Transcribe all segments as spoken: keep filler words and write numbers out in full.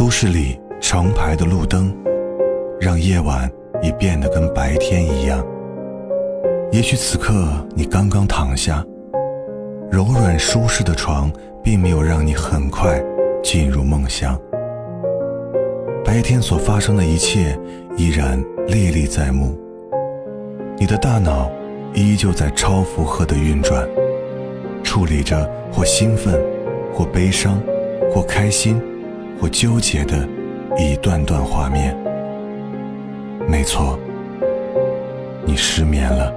都市里成排的路灯，让夜晚也变得跟白天一样。也许此刻你刚刚躺下，柔软舒适的床并没有让你很快进入梦乡。白天所发生的一切依然历历在目，你的大脑依旧在超负荷的运转，处理着或兴奋或悲伤或开心或纠结的一段段画面。没错，你失眠了。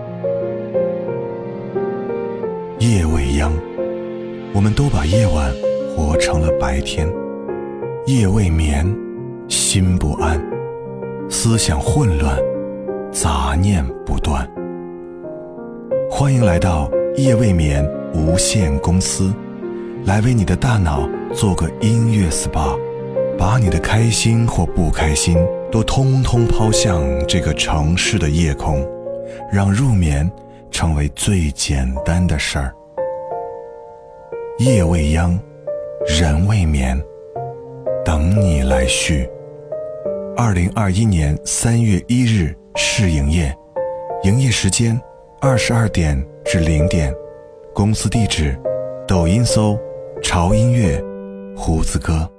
夜未央，我们都把夜晚活成了白天。夜未眠，心不安，思想混乱，杂念不断。欢迎来到夜未眠无限公司，来为你的大脑做个音乐 S P A， 把你的开心或不开心都通通抛向这个城市的夜空，让入眠成为最简单的事儿。夜未央，人未眠，等你来续。二零二一年三月一日试营业，营业时间二十二点至零点，公司地址抖音搜潮音乐胡子哥。